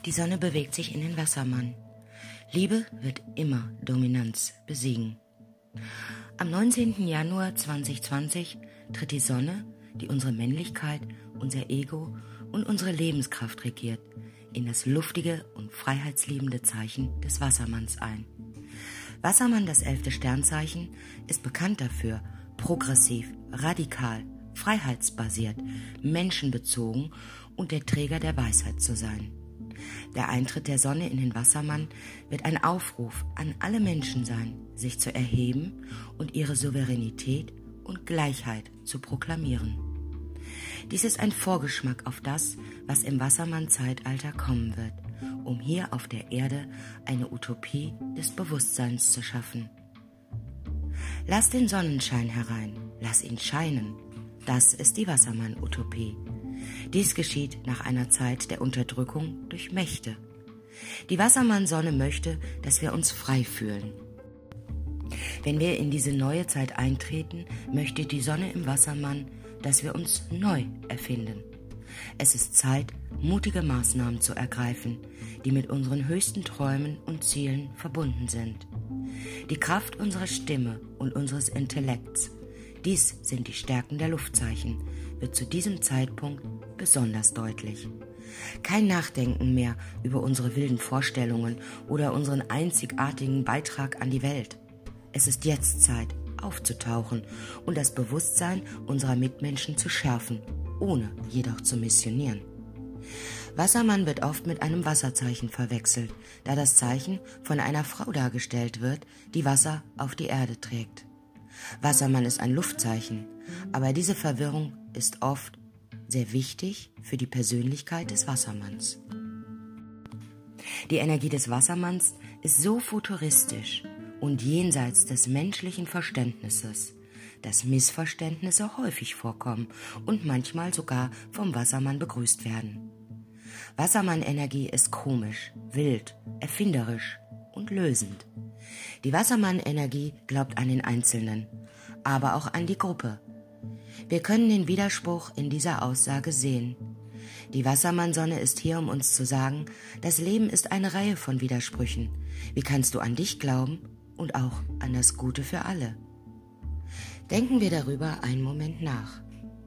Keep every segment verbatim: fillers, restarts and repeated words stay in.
Die Sonne bewegt sich in den Wassermann. Liebe wird immer Dominanz besiegen. Am neunzehnten Januar zweitausendzwanzig tritt die Sonne, die unsere Männlichkeit, unser Ego und unsere Lebenskraft regiert, in das luftige und freiheitsliebende Zeichen des Wassermanns ein. Wassermann, das elfte Sternzeichen, ist bekannt dafür, progressiv, radikal, freiheitsbasiert, menschenbezogen und der Träger der Weisheit zu sein. Der Eintritt der Sonne in den Wassermann wird ein Aufruf an alle Menschen sein, sich zu erheben und ihre Souveränität und Gleichheit zu proklamieren. Dies ist ein Vorgeschmack auf das, was im Wassermann-Zeitalter kommen wird, um hier auf der Erde eine Utopie des Bewusstseins zu schaffen. Lass den Sonnenschein herein, lass ihn scheinen. Das ist die Wassermann-Utopie. Dies geschieht nach einer Zeit der Unterdrückung durch Mächte. Die Wassermann-Sonne möchte, dass wir uns frei fühlen. Wenn wir in diese neue Zeit eintreten, möchte die Sonne im Wassermann, dass wir uns neu erfinden. Es ist Zeit, mutige Maßnahmen zu ergreifen, die mit unseren höchsten Träumen und Zielen verbunden sind. Die Kraft unserer Stimme und unseres Intellekts, dies sind die Stärken der Luftzeichen, wird zu diesem Zeitpunkt besonders deutlich. Kein Nachdenken mehr über unsere wilden Vorstellungen oder unseren einzigartigen Beitrag an die Welt. Es ist jetzt Zeit, aufzutauchen und das Bewusstsein unserer Mitmenschen zu schärfen, ohne jedoch zu missionieren. Wassermann wird oft mit einem Wasserzeichen verwechselt, da das Zeichen von einer Frau dargestellt wird, die Wasser auf die Erde trägt. Wassermann ist ein Luftzeichen, aber diese Verwirrung ist oft sehr wichtig für die Persönlichkeit des Wassermanns. Die Energie des Wassermanns ist so futuristisch und jenseits des menschlichen Verständnisses, dass Missverständnisse häufig vorkommen und manchmal sogar vom Wassermann begrüßt werden. Wassermann-Energie ist komisch, wild, erfinderisch und lösend. Die Wassermann-Energie glaubt an den Einzelnen, aber auch an die Gruppe. Wir können den Widerspruch in dieser Aussage sehen. Die Wassermann-Sonne ist hier, um uns zu sagen, das Leben ist eine Reihe von Widersprüchen. Wie kannst du an dich glauben und auch an das Gute für alle? Denken wir darüber einen Moment nach.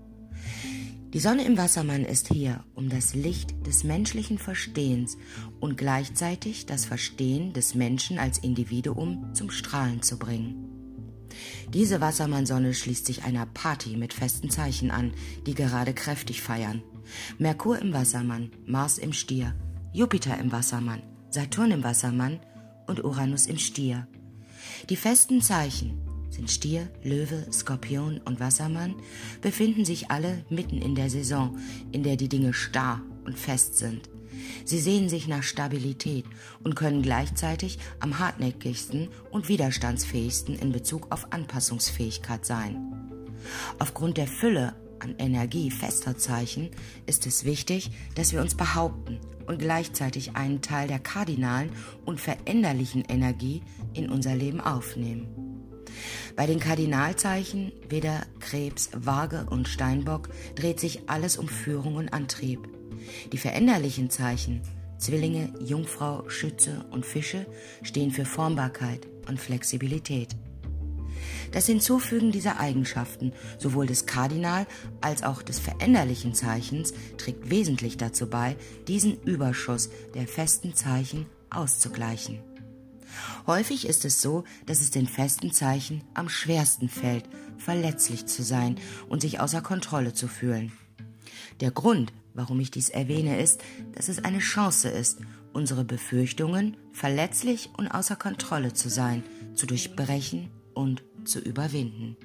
Die Sonne im Wassermann ist hier, um das Licht des menschlichen Verstehens und gleichzeitig das Verstehen des Menschen als Individuum zum Strahlen zu bringen. Diese Wassermann-Sonne schließt sich einer Party mit festen Zeichen an, die gerade kräftig feiern. Merkur im Wassermann, Mars im Stier, Jupiter im Wassermann, Saturn im Wassermann und Uranus im Stier. Die festen Zeichen sind Stier, Löwe, Skorpion und Wassermann, befinden sich alle mitten in der Saison, in der die Dinge starr und fest sind. Sie sehen sich nach Stabilität und können gleichzeitig am hartnäckigsten und widerstandsfähigsten in Bezug auf Anpassungsfähigkeit sein. Aufgrund der Fülle an Energie fester Zeichen ist es wichtig, dass wir uns behaupten und gleichzeitig einen Teil der kardinalen und veränderlichen Energie in unser Leben aufnehmen. Bei den Kardinalzeichen Widder, Krebs, Waage und Steinbock dreht sich alles um Führung und Antrieb. Die veränderlichen Zeichen Zwillinge, Jungfrau, Schütze und Fische stehen für Formbarkeit und Flexibilität. Das Hinzufügen dieser Eigenschaften, sowohl des Kardinal- als auch des veränderlichen Zeichens, trägt wesentlich dazu bei, diesen Überschuss der festen Zeichen auszugleichen. Häufig ist es so, dass es den festen Zeichen am schwersten fällt, verletzlich zu sein und sich außer Kontrolle zu fühlen. Der Grund, warum ich dies erwähne, ist, dass es eine Chance ist, unsere Befürchtungen, verletzlich und außer Kontrolle zu sein, zu durchbrechen und zu überwinden.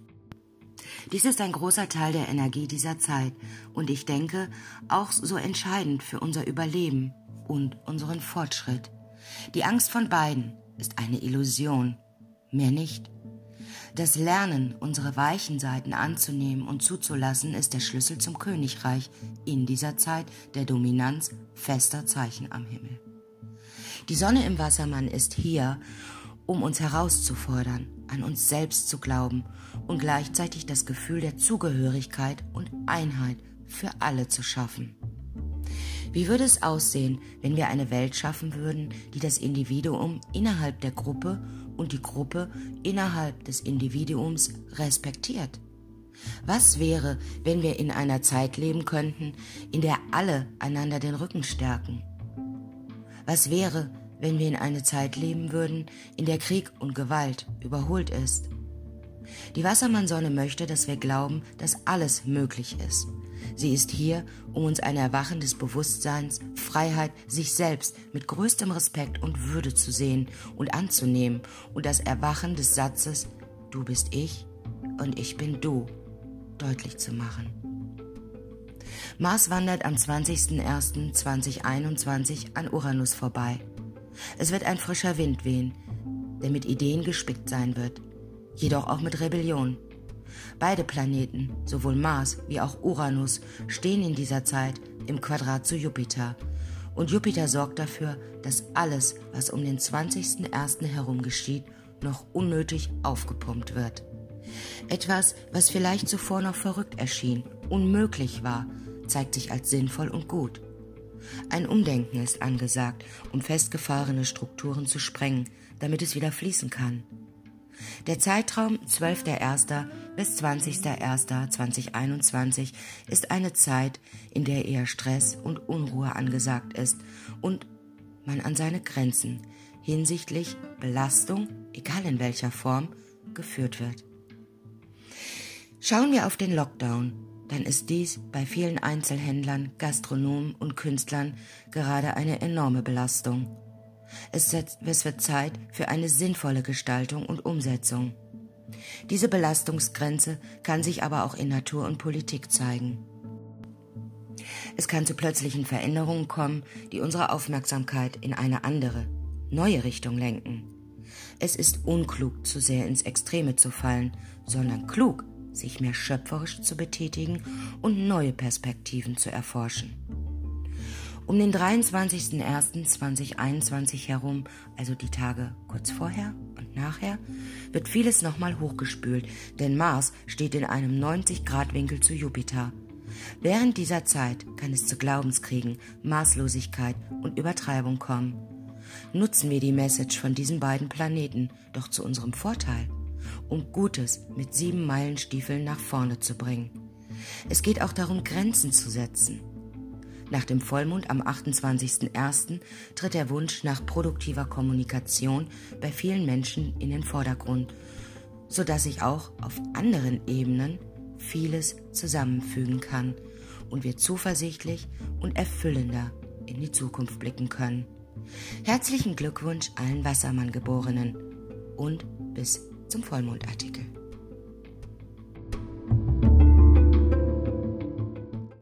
Dies ist ein großer Teil der Energie dieser Zeit und ich denke, auch so entscheidend für unser Überleben und unseren Fortschritt. Die Angst von beiden ist eine Illusion, mehr nicht. Das Lernen, unsere weichen Seiten anzunehmen und zuzulassen, ist der Schlüssel zum Königreich in dieser Zeit der Dominanz fester Zeichen am Himmel. Die Sonne im Wassermann ist hier, um uns herauszufordern, an uns selbst zu glauben und gleichzeitig das Gefühl der Zugehörigkeit und Einheit für alle zu schaffen. Wie würde es aussehen, wenn wir eine Welt schaffen würden, die das Individuum innerhalb der Gruppe und die Gruppe innerhalb des Individuums respektiert? Was wäre, wenn wir in einer Zeit leben könnten, in der alle einander den Rücken stärken? Was wäre, wenn wir in einer Zeit leben würden, in der Krieg und Gewalt überholt ist? Die Wassermann-Sonne möchte, dass wir glauben, dass alles möglich ist. Sie ist hier, um uns ein Erwachen des Bewusstseins, Freiheit, sich selbst mit größtem Respekt und Würde zu sehen und anzunehmen und das Erwachen des Satzes »Du bist ich und ich bin du« deutlich zu machen. Mars wandert am zwanzigsten ersten zweitausendeinundzwanzig an Uranus vorbei. Es wird ein frischer Wind wehen, der mit Ideen gespickt sein wird, jedoch auch mit Rebellion. Beide Planeten, sowohl Mars wie auch Uranus, stehen in dieser Zeit im Quadrat zu Jupiter. Und Jupiter sorgt dafür, dass alles, was um den zwanzigsten ersten herum geschieht, noch unnötig aufgepumpt wird. Etwas, was vielleicht zuvor noch verrückt erschien, unmöglich war, zeigt sich als sinnvoll und gut. Ein Umdenken ist angesagt, um festgefahrene Strukturen zu sprengen, damit es wieder fließen kann. Der Zeitraum zwölfter erster bis zwanzigster erster zweitausendeinundzwanzig ist eine Zeit, in der eher Stress und Unruhe angesagt ist und man an seine Grenzen hinsichtlich Belastung, egal in welcher Form, geführt wird. Schauen wir auf den Lockdown, dann ist dies bei vielen Einzelhändlern, Gastronomen und Künstlern gerade eine enorme Belastung. Es wird Zeit für eine sinnvolle Gestaltung und Umsetzung. Diese Belastungsgrenze kann sich aber auch in Natur und Politik zeigen. Es kann zu plötzlichen Veränderungen kommen, die unsere Aufmerksamkeit in eine andere, neue Richtung lenken. Es ist unklug, zu sehr ins Extreme zu fallen, sondern klug, sich mehr schöpferisch zu betätigen und neue Perspektiven zu erforschen. Um den dreiundzwanzigsten ersten zweitausendeinundzwanzig herum, also die Tage kurz vorher und nachher, wird vieles nochmal hochgespült, denn Mars steht in einem neunzig Grad Winkel zu Jupiter. Während dieser Zeit kann es zu Glaubenskriegen, Maßlosigkeit und Übertreibung kommen. Nutzen wir die Message von diesen beiden Planeten doch zu unserem Vorteil, um Gutes mit sieben Meilenstiefeln nach vorne zu bringen. Es geht auch darum, Grenzen zu setzen. Nach dem Vollmond am achtundzwanzigsten ersten tritt der Wunsch nach produktiver Kommunikation bei vielen Menschen in den Vordergrund, sodass sich auch auf anderen Ebenen vieles zusammenfügen kann und wir zuversichtlich und erfüllender in die Zukunft blicken können. Herzlichen Glückwunsch allen Wassermann-Geborenen und bis zum Vollmondartikel.